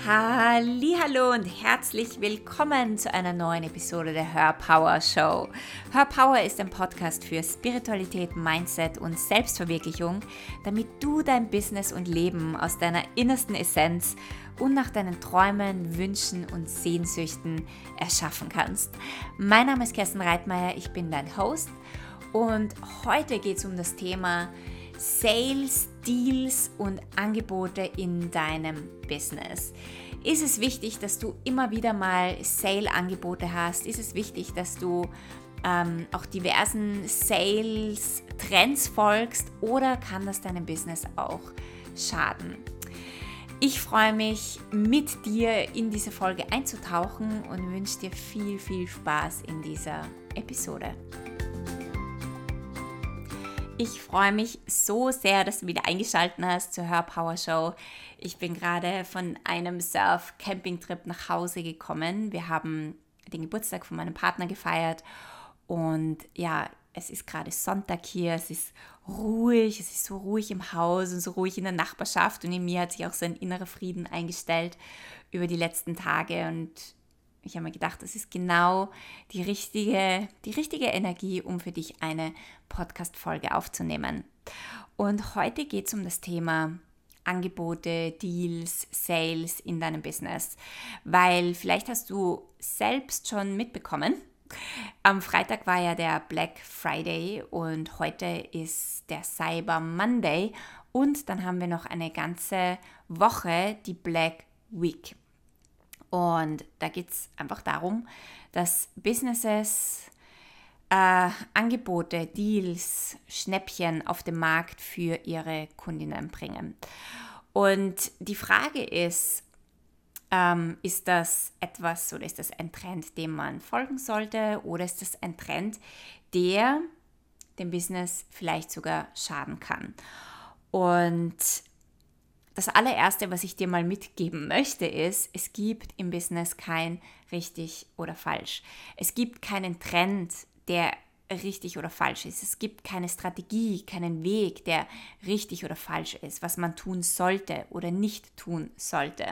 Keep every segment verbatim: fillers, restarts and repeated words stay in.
Hallihallo und herzlich willkommen zu einer neuen Episode der Her Power Show. Her Power ist ein Podcast für Spiritualität, Mindset und Selbstverwirklichung, damit du dein Business und Leben aus deiner innersten Essenz und nach deinen Träumen, Wünschen und Sehnsüchten erschaffen kannst. Mein Name ist Kerstin Reitmeier, ich bin dein Host und heute geht es um das Thema Sales, Deals und Angebote in deinem Business. Ist es wichtig, dass du immer wieder mal Sale-Angebote hast? Ist es wichtig, dass du ähm, auch diversen Sales-Trends folgst oder kann das deinem Business auch schaden? Ich freue mich, mit dir in diese Folge einzutauchen und wünsche dir viel, viel Spaß in dieser Episode. Ich freue mich so sehr, dass du wieder eingeschaltet hast zur Her Power Show. Ich bin gerade von einem Surf-Camping-Trip nach Hause gekommen. Wir haben den Geburtstag von meinem Partner gefeiert und ja, es ist gerade Sonntag hier, es ist ruhig, es ist so ruhig im Haus und so ruhig in der Nachbarschaft und in mir hat sich auch so ein innerer Frieden eingestellt über die letzten Tage und ich habe mir gedacht, das ist genau die richtige, die richtige Energie, um für dich eine Podcast-Folge aufzunehmen. Und heute geht es um das Thema Angebote, Deals, Sales in deinem Business. Weil vielleicht hast du selbst schon mitbekommen, am Freitag war ja der Black Friday und heute ist der Cyber Monday und dann haben wir noch eine ganze Woche, die Black Week. Und da geht es einfach darum, dass Businesses äh, Angebote, Deals, Schnäppchen auf den Markt für ihre Kundinnen bringen. Und die Frage ist, ähm, ist das etwas oder ist das ein Trend, dem man folgen sollte oder ist das ein Trend, der dem Business vielleicht sogar schaden kann? Und das allererste, was ich dir mal mitgeben möchte, ist, es gibt im Business kein richtig oder falsch. Es gibt keinen Trend, der richtig oder falsch ist. Es gibt keine Strategie, keinen Weg, der richtig oder falsch ist, was man tun sollte oder nicht tun sollte.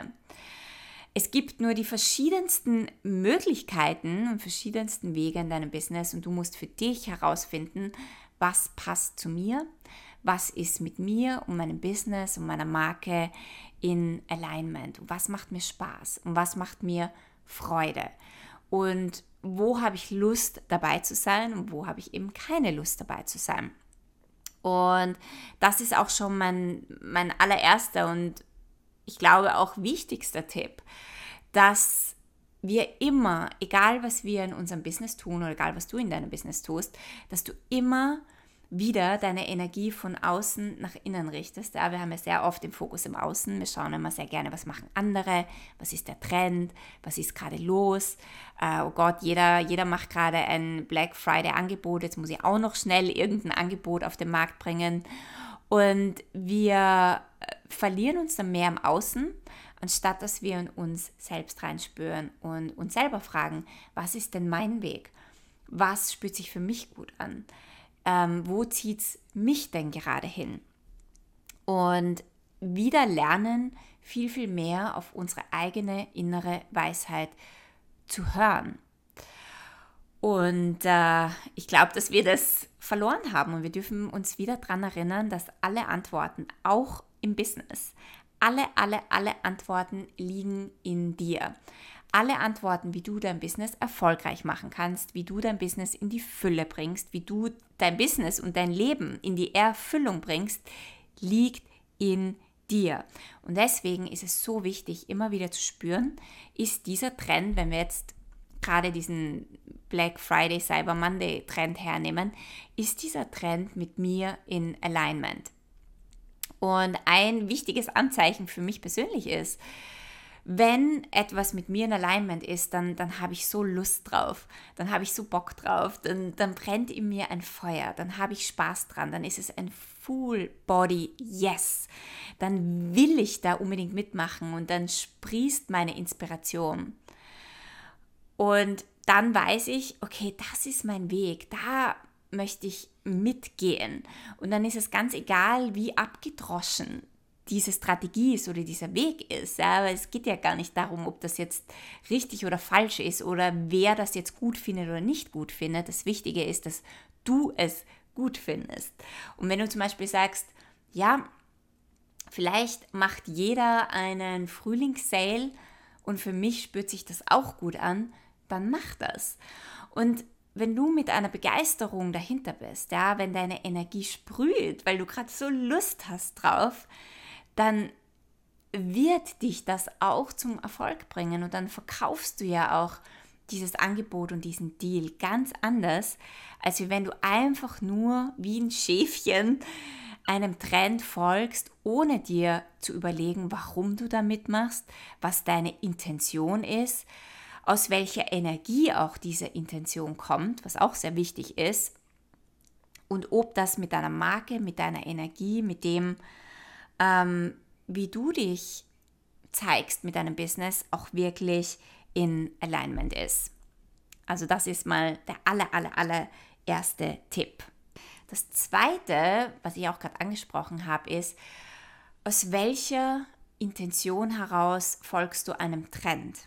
Es gibt nur die verschiedensten Möglichkeiten und verschiedensten Wege in deinem Business und du musst für dich herausfinden, was passt zu mir, was ist mit mir und meinem Business und meiner Marke in Alignment und was macht mir Spaß und was macht mir Freude und wo habe ich Lust dabei zu sein und wo habe ich eben keine Lust dabei zu sein. Und das ist auch schon mein, mein allererster und ich glaube auch wichtigster Tipp, dass wir immer, egal was wir in unserem Business tun oder egal was du in deinem Business tust, dass du immer wieder deine Energie von außen nach innen richtest. Ja, wir haben ja sehr oft den Fokus im Außen. Wir schauen immer sehr gerne, was machen andere, was ist der Trend, was ist gerade los. Äh, oh Gott, jeder, jeder macht gerade ein Black Friday Angebot, jetzt muss ich auch noch schnell irgendein Angebot auf den Markt bringen. Und wir verlieren uns dann mehr im Außen, anstatt dass wir in uns selbst reinspüren und uns selber fragen, was ist denn mein Weg? Was fühlt sich für mich gut an? Ähm, wo zieht es mich denn gerade hin? Und wieder lernen, viel, viel mehr auf unsere eigene innere Weisheit zu hören. Und äh, ich glaube, dass wir das verloren haben und wir dürfen uns wieder daran erinnern, dass alle Antworten, auch im Business, alle, alle, alle Antworten liegen in dir. Alle Antworten, wie du dein Business erfolgreich machen kannst, wie du dein Business in die Fülle bringst, wie du dein Business und dein Leben in die Erfüllung bringst, liegt in dir. Und deswegen ist es so wichtig, immer wieder zu spüren, ist dieser Trend, wenn wir jetzt gerade diesen Black Friday, Cyber Monday Trend hernehmen, ist dieser Trend mit mir in Alignment. Und ein wichtiges Anzeichen für mich persönlich ist, wenn etwas mit mir in Alignment ist, dann, dann habe ich so Lust drauf, dann habe ich so Bock drauf, dann, dann brennt in mir ein Feuer, dann habe ich Spaß dran, dann ist es ein Full Body Yes, dann will ich da unbedingt mitmachen und dann sprießt meine Inspiration. Und dann weiß ich, okay, das ist mein Weg, da möchte ich mitgehen. Und dann ist es ganz egal, wie abgedroschen diese Strategie ist oder dieser Weg ist. Ja? Aber es geht ja gar nicht darum, ob das jetzt richtig oder falsch ist oder wer das jetzt gut findet oder nicht gut findet. Das Wichtige ist, dass du es gut findest. Und wenn du zum Beispiel sagst, ja, vielleicht macht jeder einen Frühlingssale und für mich spürt sich das auch gut an, dann mach das. Und wenn du mit einer Begeisterung dahinter bist, ja, wenn deine Energie sprüht, weil du gerade so Lust hast drauf, dann wird dich das auch zum Erfolg bringen und dann verkaufst du ja auch dieses Angebot und diesen Deal ganz anders, als wenn du einfach nur wie ein Schäfchen einem Trend folgst, ohne dir zu überlegen, warum du da mitmachst, was deine Intention ist, aus welcher Energie auch diese Intention kommt, was auch sehr wichtig ist, und ob das mit deiner Marke, mit deiner Energie, mit dem, ähm, wie du dich zeigst mit deinem Business, auch wirklich in Alignment ist. Also das ist mal der aller, aller, aller erste Tipp. Das zweite, was ich auch gerade angesprochen habe, ist, aus welcher Intention heraus folgst du einem Trend?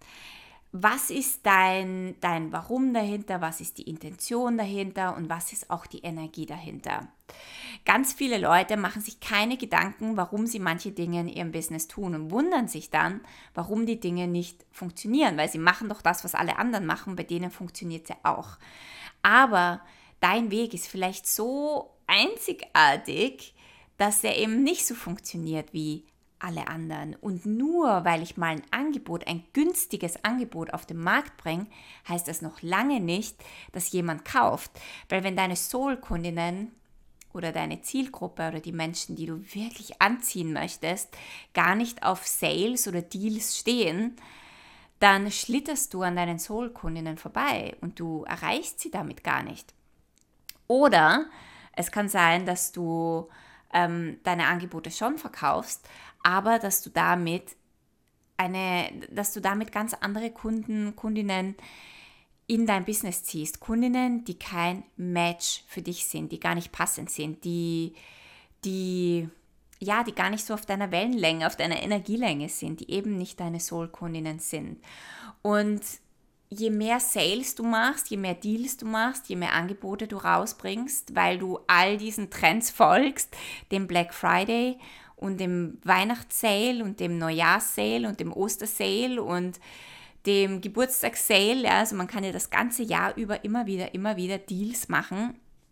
Was ist dein, dein Warum dahinter, was ist die Intention dahinter und was ist auch die Energie dahinter? Ganz viele Leute machen sich keine Gedanken, warum sie manche Dinge in ihrem Business tun und wundern sich dann, warum die Dinge nicht funktionieren, weil sie machen doch das, was alle anderen machen, bei denen funktioniert es ja auch. Aber dein Weg ist vielleicht so einzigartig, dass er eben nicht so funktioniert wie alle anderen. Und nur weil ich mal ein Angebot, ein günstiges Angebot auf den Markt bringe, heißt das noch lange nicht, dass jemand kauft. Weil wenn deine Soul-Kundinnen oder deine Zielgruppe oder die Menschen, die du wirklich anziehen möchtest, gar nicht auf Sales oder Deals stehen, dann schlitterst du an deinen Soul-Kundinnen vorbei und du erreichst sie damit gar nicht. Oder es kann sein, dass du ähm, deine Angebote schon verkaufst, aber dass du damit eine, dass du damit ganz andere Kunden, Kundinnen in dein Business ziehst. Kundinnen, die kein Match für dich sind, die gar nicht passend sind, die, die, ja, die gar nicht so auf deiner Wellenlänge, auf deiner Energielänge sind, die eben nicht deine Soul-Kundinnen sind. Und je mehr Sales du machst, je mehr Deals du machst, je mehr Angebote du rausbringst, weil du all diesen Trends folgst, dem Black Friday und dem Weihnachtssale und dem Neujahrssale und dem Ostersale und dem Geburtstagssale, ja, also man kann ja das ganze Jahr über immer wieder, immer wieder Deals machen,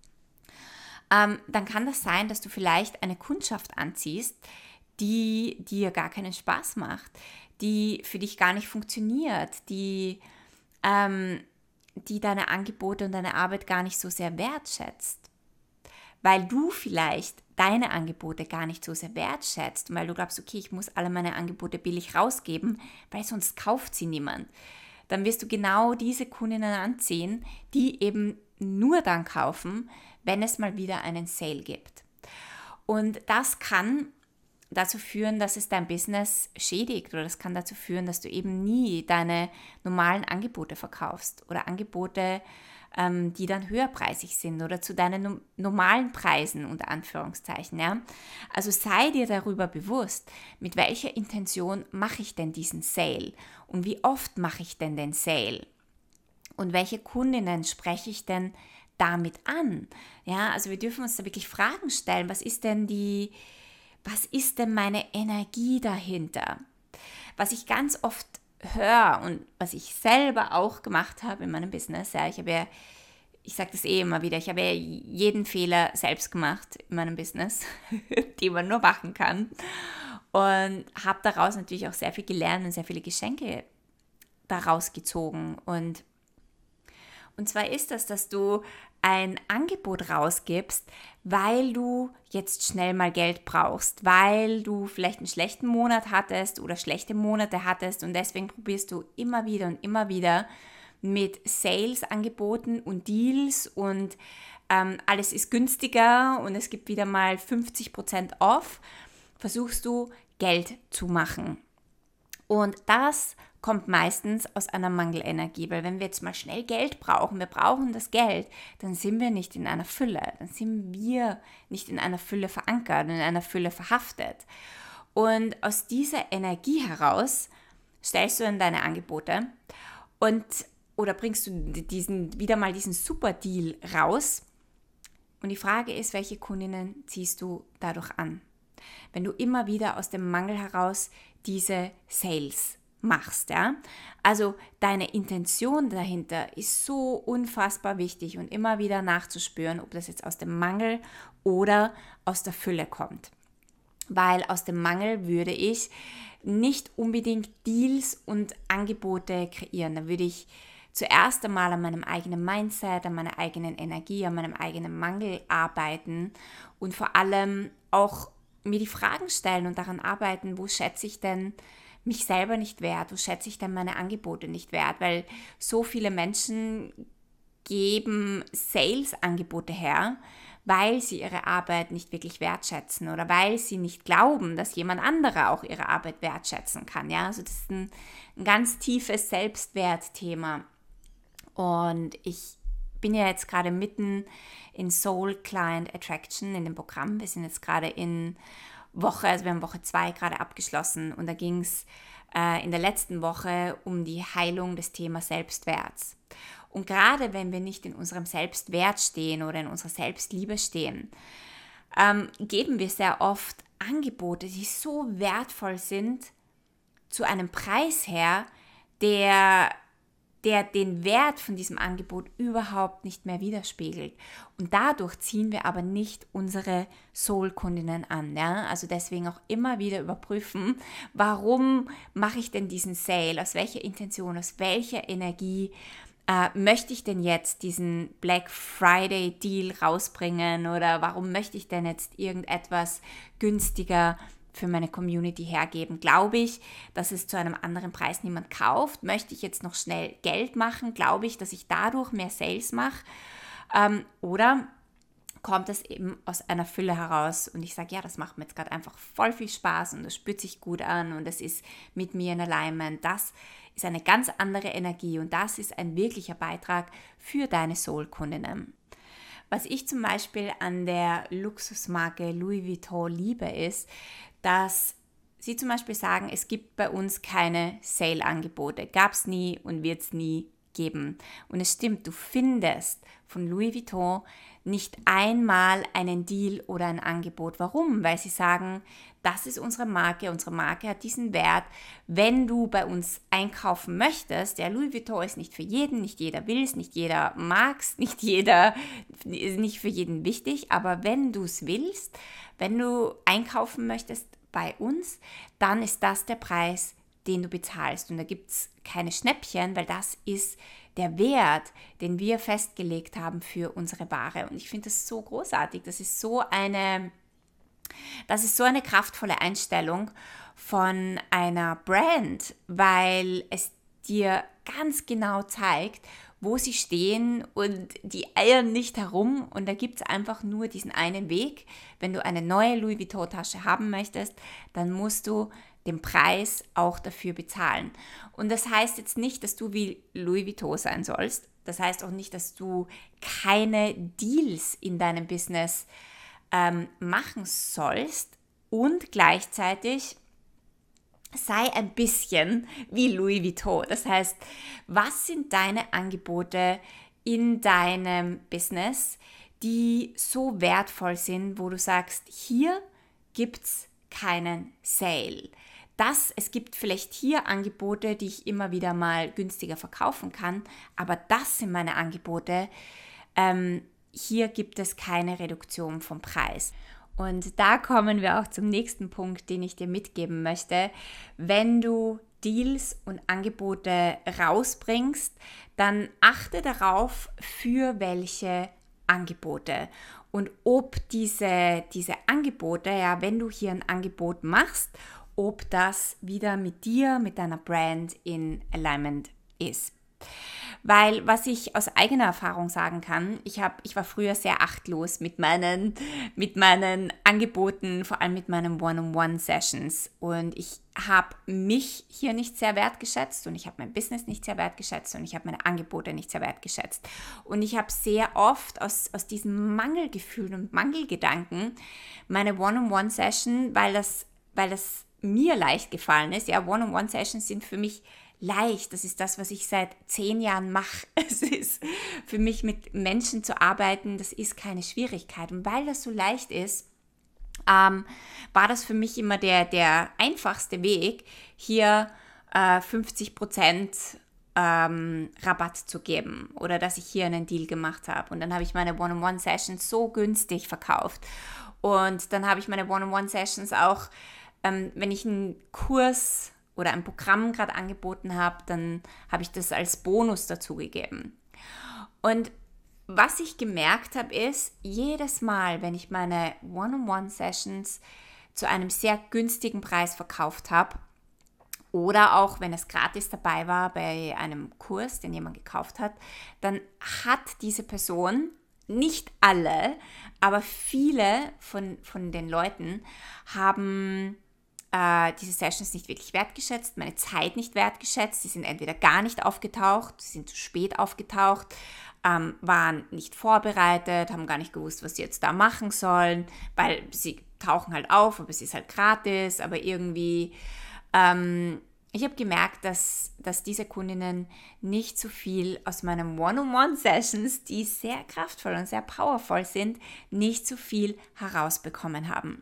ähm, dann kann das sein, dass du vielleicht eine Kundschaft anziehst, die dir gar keinen Spaß macht, die für dich gar nicht funktioniert, die, ähm, die deine Angebote und deine Arbeit gar nicht so sehr wertschätzt. Weil du vielleicht deine Angebote gar nicht so sehr wertschätzt und weil du glaubst, okay, ich muss alle meine Angebote billig rausgeben, weil sonst kauft sie niemand. Dann wirst du genau diese Kundinnen anziehen, die eben nur dann kaufen, wenn es mal wieder einen Sale gibt. Und das kann dazu führen, dass es dein Business schädigt oder das kann dazu führen, dass du eben nie deine normalen Angebote verkaufst oder Angebote, ähm, die dann höherpreisig sind oder zu deinen no- normalen Preisen unter Anführungszeichen. Ja? Also sei dir darüber bewusst, mit welcher Intention mache ich denn diesen Sale und wie oft mache ich denn den Sale und welche Kundinnen spreche ich denn damit an? Ja, also wir dürfen uns da wirklich Fragen stellen. Was ist denn die Was ist denn meine Energie dahinter? Was ich ganz oft höre und was ich selber auch gemacht habe in meinem Business, ja, ich habe ja, ich sage das eh immer wieder, ich habe ja jeden Fehler selbst gemacht in meinem Business, den man nur machen kann und habe daraus natürlich auch sehr viel gelernt und sehr viele Geschenke daraus gezogen und Und zwar ist das, dass du ein Angebot rausgibst, weil du jetzt schnell mal Geld brauchst, weil du vielleicht einen schlechten Monat hattest oder schlechte Monate hattest und deswegen probierst du immer wieder und immer wieder mit Sales-Angeboten und Deals und ähm, alles ist günstiger und es gibt wieder mal fünfzig Prozent off, versuchst du Geld zu machen. Und das kommt meistens aus einer Mangelenergie, weil wenn wir jetzt mal schnell Geld brauchen, wir brauchen das Geld, dann sind wir nicht in einer Fülle, dann sind wir nicht in einer Fülle verankert und in einer Fülle verhaftet. Und aus dieser Energie heraus stellst du dann deine Angebote und oder bringst du diesen, wieder mal diesen Super-Deal raus. Und die Frage ist, welche Kundinnen ziehst du dadurch an? Wenn du immer wieder aus dem Mangel heraus diese Sales machst, ja? Also deine Intention dahinter ist so unfassbar wichtig und immer wieder nachzuspüren, ob das jetzt aus dem Mangel oder aus der Fülle kommt. Weil aus dem Mangel würde ich nicht unbedingt Deals und Angebote kreieren. Da würde ich zuerst einmal an meinem eigenen Mindset, an meiner eigenen Energie, an meinem eigenen Mangel arbeiten und vor allem auch mir die Fragen stellen und daran arbeiten, wo schätze ich denn mich selber nicht wert, wo schätze ich denn meine Angebote nicht wert, weil so viele Menschen geben Sales-Angebote her, weil sie ihre Arbeit nicht wirklich wertschätzen oder weil sie nicht glauben, dass jemand anderer auch ihre Arbeit wertschätzen kann. Ja? Also das ist ein, ein ganz tiefes Selbstwertthema. Und ich bin ja jetzt gerade mitten in Soul Client Attraction in dem Programm. Wir sind jetzt gerade in Woche, also wir haben Woche zwei gerade abgeschlossen und da ging es äh, in der letzten Woche um die Heilung des Themas Selbstwerts. Und gerade wenn wir nicht in unserem Selbstwert stehen oder in unserer Selbstliebe stehen, ähm, geben wir sehr oft Angebote, die so wertvoll sind, zu einem Preis her, der der den Wert von diesem Angebot überhaupt nicht mehr widerspiegelt. Und dadurch ziehen wir aber nicht unsere Soul-Kundinnen an. Ja? Also deswegen auch immer wieder überprüfen, warum mache ich denn diesen Sale, aus welcher Intention, aus welcher Energie äh, möchte ich denn jetzt diesen Black Friday Deal rausbringen oder warum möchte ich denn jetzt irgendetwas günstiger für meine Community hergeben? Glaube ich, dass es zu einem anderen Preis niemand kauft? Möchte ich jetzt noch schnell Geld machen? Glaube ich, dass ich dadurch mehr Sales mache? Ähm, oder kommt es eben aus einer Fülle heraus und ich sage, ja, das macht mir jetzt gerade einfach voll viel Spaß und das spürt sich gut an und das ist mit mir in Alignment. Das ist eine ganz andere Energie und das ist ein wirklicher Beitrag für deine Soul-Kundinnen. Was ich zum Beispiel an der Luxusmarke Louis Vuitton liebe, ist, dass sie zum Beispiel sagen, es gibt bei uns keine Sale-Angebote. Gab es nie und wird es nie geben. Und es stimmt, du findest von Louis Vuitton nicht einmal einen Deal oder ein Angebot. Warum? Weil sie sagen, das ist unsere Marke, unsere Marke hat diesen Wert. Wenn du bei uns einkaufen möchtest, der Louis Vuitton ist nicht für jeden, nicht jeder will es, nicht jeder mag es, nicht jeder, ist nicht für jeden wichtig, aber wenn du es willst, wenn du einkaufen möchtest bei uns, dann ist das der Preis, den du bezahlst. Und da gibt es keine Schnäppchen, weil das ist der Wert, den wir festgelegt haben für unsere Ware. Und ich finde das so großartig. Das ist so eine, das ist so eine kraftvolle Einstellung von einer Brand, weil es dir ganz genau zeigt, wo sie stehen und die eiern nicht herum und da gibt es einfach nur diesen einen Weg. Wenn du eine neue Louis Vuitton Tasche haben möchtest, dann musst du den Preis auch dafür bezahlen. Und das heißt jetzt nicht, dass du wie Louis Vuitton sein sollst. Das heißt auch nicht, dass du keine Deals in deinem Business ähm, machen sollst und gleichzeitig sei ein bisschen wie Louis Vuitton. Das heißt, was sind deine Angebote in deinem Business, die so wertvoll sind, wo du sagst, hier gibt es keinen Sale. Das, es gibt vielleicht hier Angebote, die ich immer wieder mal günstiger verkaufen kann, aber das sind meine Angebote. Ähm, hier gibt es keine Reduktion vom Preis. Und da kommen wir auch zum nächsten Punkt, den ich dir mitgeben möchte. Wenn du Deals und Angebote rausbringst, dann achte darauf, für welche Angebote. Und ob diese, diese Angebote, ja, wenn du hier ein Angebot machst, ob das wieder mit dir, mit deiner Brand in Alignment ist. Weil was ich aus eigener Erfahrung sagen kann, ich, hab, ich war früher sehr achtlos mit meinen, mit meinen Angeboten, vor allem mit meinen One-on-One-Sessions. Und ich habe mich hier nicht sehr wertgeschätzt und ich habe mein Business nicht sehr wertgeschätzt und ich habe meine Angebote nicht sehr wertgeschätzt. Und ich habe sehr oft aus, aus diesem Mangelgefühl und Mangelgedanken meine One-on-One-Session, weil das, weil das mir leicht gefallen ist. Ja, One-on-One-Sessions sind für mich leicht. Das ist das, was ich seit zehn Jahren mache. Es ist für mich, mit Menschen zu arbeiten, das ist keine Schwierigkeit. Und weil das so leicht ist, ähm, war das für mich immer der, der einfachste Weg, hier äh, fünfzig Prozent ähm, Rabatt zu geben oder dass ich hier einen Deal gemacht habe. Und dann habe ich meine One-on-One-Sessions so günstig verkauft. Und dann habe ich meine One-on-One-Sessions auch, ähm, wenn ich einen Kurs oder ein Programm gerade angeboten habe, dann habe ich das als Bonus dazu gegeben. Und was ich gemerkt habe, ist, jedes Mal, wenn ich meine One-on-One-Sessions zu einem sehr günstigen Preis verkauft habe oder auch wenn es gratis dabei war bei einem Kurs, den jemand gekauft hat, dann hat diese Person, nicht alle, aber viele von, von den Leuten haben diese Sessions nicht wirklich wertgeschätzt, meine Zeit nicht wertgeschätzt, sie sind entweder gar nicht aufgetaucht, sie sind zu spät aufgetaucht, ähm, waren nicht vorbereitet, haben gar nicht gewusst, was sie jetzt da machen sollen, weil sie tauchen halt auf, aber es ist halt gratis, aber irgendwie, ähm, ich habe gemerkt, dass, dass diese Kundinnen nicht so viel aus meinen One-on-One-Sessions, die sehr kraftvoll und sehr powerful sind, nicht so viel herausbekommen haben.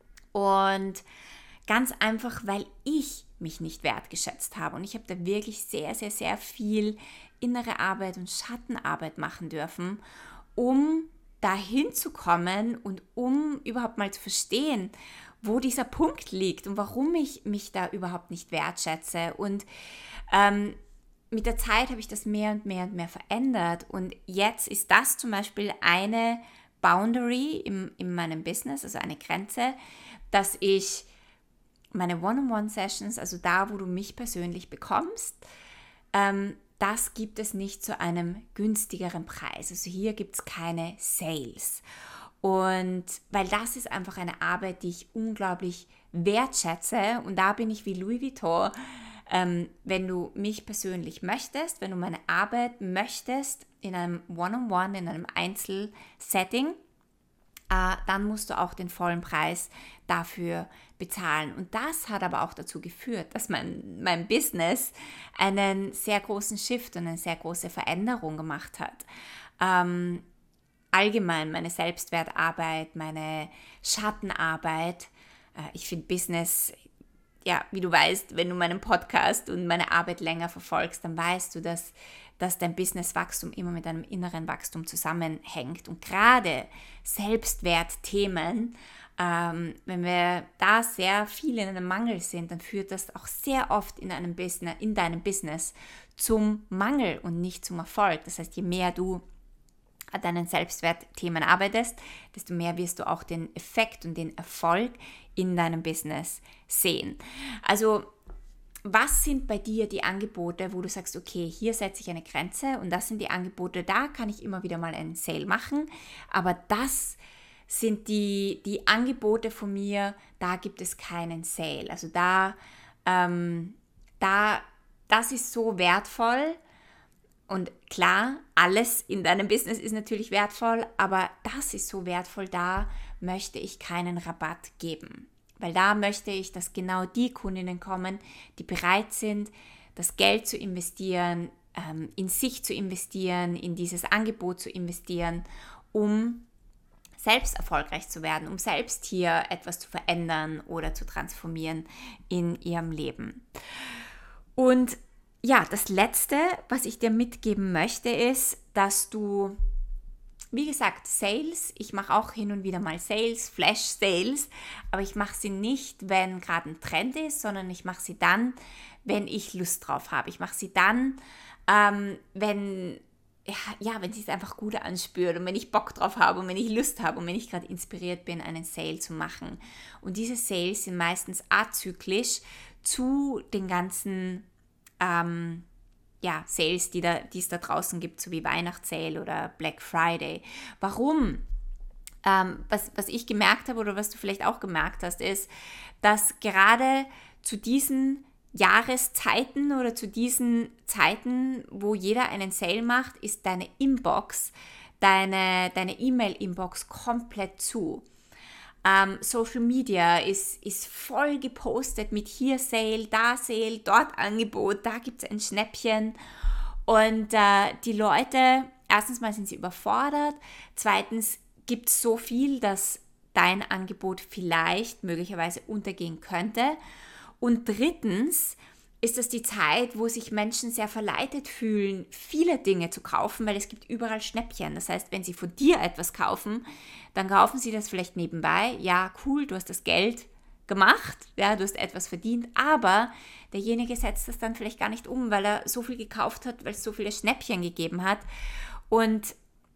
Und ganz einfach, weil ich mich nicht wertgeschätzt habe. Und ich habe da wirklich sehr, sehr, sehr viel innere Arbeit und Schattenarbeit machen dürfen, um dahin zu kommen und um überhaupt mal zu verstehen, wo dieser Punkt liegt und warum ich mich da überhaupt nicht wertschätze. Und ähm, mit der Zeit habe ich das mehr und mehr und mehr verändert. Und jetzt ist das zum Beispiel eine Boundary in, in meinem Business, also eine Grenze, dass ich meine One-on-One-Sessions, also da, wo du mich persönlich bekommst, ähm, das gibt es nicht zu einem günstigeren Preis. Also hier gibt es keine Sales. Und weil das ist einfach eine Arbeit, die ich unglaublich wertschätze. Und da bin ich wie Louis Vuitton. Ähm, wenn du mich persönlich möchtest, wenn du meine Arbeit möchtest in einem One-on-One, in einem Einzelsetting, Uh, dann musst du auch den vollen Preis dafür bezahlen. Und das hat aber auch dazu geführt, dass mein, mein Business einen sehr großen Shift und eine sehr große Veränderung gemacht hat. Ähm, allgemein meine Selbstwertarbeit, meine Schattenarbeit. Äh, ich finde Business, ja, wie du weißt, wenn du meinen Podcast und meine Arbeit länger verfolgst, dann weißt du, dass dass dein Businesswachstum immer mit deinem inneren Wachstum zusammenhängt. Und gerade Selbstwertthemen, ähm, wenn wir da sehr viel in einem Mangel sind, dann führt das auch sehr oft in, einem Business, in deinem Business zum Mangel und nicht zum Erfolg. Das heißt, je mehr du an deinen Selbstwertthemen arbeitest, desto mehr wirst du auch den Effekt und den Erfolg in deinem Business sehen. Also was sind bei dir die Angebote, wo du sagst, okay, hier setze ich eine Grenze und das sind die Angebote, da kann ich immer wieder mal einen Sale machen, aber das sind die, die Angebote von mir, da gibt es keinen Sale. Also da, ähm, da, das ist so wertvoll und klar, alles in deinem Business ist natürlich wertvoll, aber das ist so wertvoll, da möchte ich keinen Rabatt geben. Weil da möchte ich, dass genau die Kundinnen kommen, die bereit sind, das Geld zu investieren, ähm, in sich zu investieren, in dieses Angebot zu investieren, um selbst erfolgreich zu werden, um selbst hier etwas zu verändern oder zu transformieren in ihrem Leben. Und ja, das Letzte, was ich dir mitgeben möchte, ist, dass du, wie gesagt, Sales, ich mache auch hin und wieder mal Sales, Flash-Sales, aber ich mache sie nicht, wenn gerade ein Trend ist, sondern ich mache sie dann, wenn ich Lust drauf habe. Ich mache sie dann, ähm, wenn, ja, ja, wenn es sich einfach gut anspürt und wenn ich Bock drauf habe und wenn ich Lust habe und wenn ich gerade inspiriert bin, einen Sale zu machen. Und diese Sales sind meistens azyklisch zu den ganzen ähm, ja, Sales, die, da, die es da draußen gibt, so wie Weihnachtssale oder Black Friday. Warum? Ähm, was, was ich gemerkt habe oder was du vielleicht auch gemerkt hast, ist, dass gerade zu diesen Jahreszeiten oder zu diesen Zeiten, wo jeder einen Sale macht, ist deine Inbox, deine, deine E-Mail-Inbox komplett zu. Ähm, Social Media ist, ist voll gepostet mit hier Sale, da Sale, dort Angebot, da gibt es ein Schnäppchen. Und äh, die Leute, erstens mal sind sie überfordert, zweitens gibt es so viel, dass dein Angebot vielleicht möglicherweise untergehen könnte. Und drittens ist das die Zeit, wo sich Menschen sehr verleitet fühlen, viele Dinge zu kaufen, weil es gibt überall Schnäppchen. Das heißt, wenn sie von dir etwas kaufen, dann kaufen sie das vielleicht nebenbei. Ja, cool, du hast das Geld gemacht, ja, du hast etwas verdient, aber derjenige setzt das dann vielleicht gar nicht um, weil er so viel gekauft hat, weil es so viele Schnäppchen gegeben hat. Und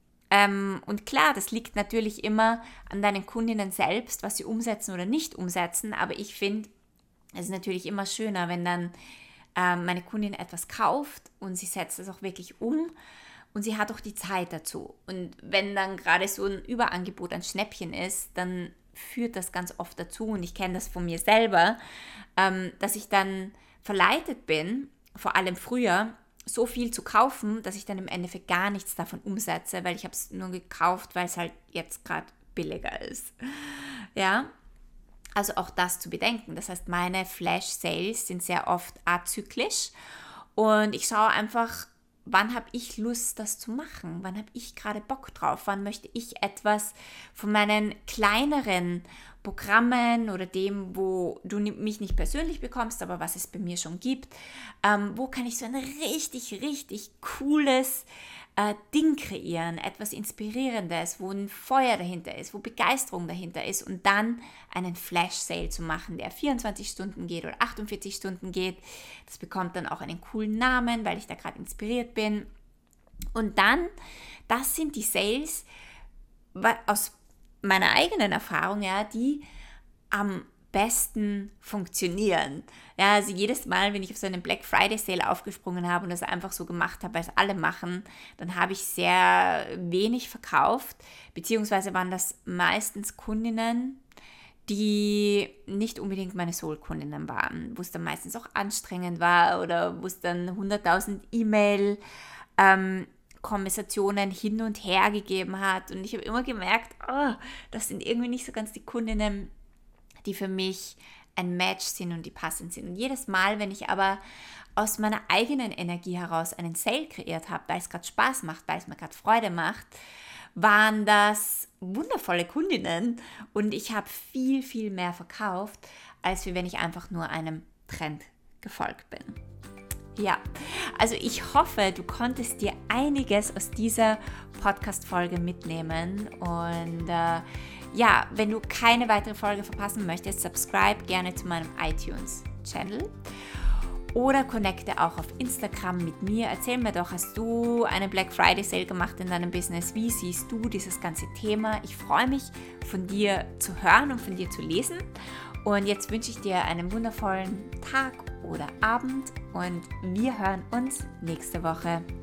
Ähm, und klar, das liegt natürlich immer an deinen Kundinnen selbst, was sie umsetzen oder nicht umsetzen, aber ich finde, es ist natürlich immer schöner, wenn dann ähm, meine Kundin etwas kauft und sie setzt es auch wirklich um und sie hat auch die Zeit dazu. Und wenn dann gerade so ein Überangebot an Schnäppchen ist, dann führt das ganz oft dazu, und ich kenne das von mir selber, ähm, dass ich dann verleitet bin, vor allem früher, so viel zu kaufen, dass ich dann im Endeffekt gar nichts davon umsetze, weil ich habe es nur gekauft, weil es halt jetzt gerade billiger ist. Ja, also auch das zu bedenken. Das heißt, meine Flash-Sales sind sehr oft azyklisch und ich schaue einfach, wann habe ich Lust, das zu machen? Wann habe ich gerade Bock drauf? Wann möchte ich etwas von meinen kleineren Programmen oder dem, wo du mich nicht persönlich bekommst, aber was es bei mir schon gibt, ähm, wo kann ich so ein richtig, richtig cooles äh, Ding kreieren, etwas Inspirierendes, wo ein Feuer dahinter ist, wo Begeisterung dahinter ist, und dann einen Flash-Sale zu machen, der vierundzwanzig Stunden geht oder achtundvierzig Stunden geht. Das bekommt dann auch einen coolen Namen, weil ich da gerade inspiriert bin. Und dann, das sind die Sales aus meiner eigenen Erfahrung, ja, die am besten funktionieren. Ja, also jedes Mal, wenn ich auf so einen Black Friday Sale aufgesprungen habe und das einfach so gemacht habe, weil es alle machen, dann habe ich sehr wenig verkauft, beziehungsweise waren das meistens Kundinnen, die nicht unbedingt meine Soul-Kundinnen waren, wo es dann meistens auch anstrengend war oder wo es dann hunderttausend E-Mail ähm, Konversationen hin und her gegeben hat, und ich habe immer gemerkt, oh, das sind irgendwie nicht so ganz die Kundinnen, die für mich ein Match sind und die passend sind. Und jedes Mal, wenn ich aber aus meiner eigenen Energie heraus einen Sale kreiert habe, weil es gerade Spaß macht, weil es mir gerade Freude macht, waren das wundervolle Kundinnen und ich habe viel, viel mehr verkauft, als wenn ich einfach nur einem Trend gefolgt bin. Ja, also ich hoffe, du konntest dir einiges aus dieser Podcast-Folge mitnehmen, und äh, ja, wenn du keine weitere Folge verpassen möchtest, subscribe gerne zu meinem iTunes-Channel oder connecte auch auf Instagram mit mir. Erzähl mir doch, hast du einen Black Friday Sale gemacht in deinem Business? Wie siehst du dieses ganze Thema? Ich freue mich, von dir zu hören und von dir zu lesen. Und jetzt wünsche ich dir einen wundervollen Tag oder Abend, und wir hören uns nächste Woche.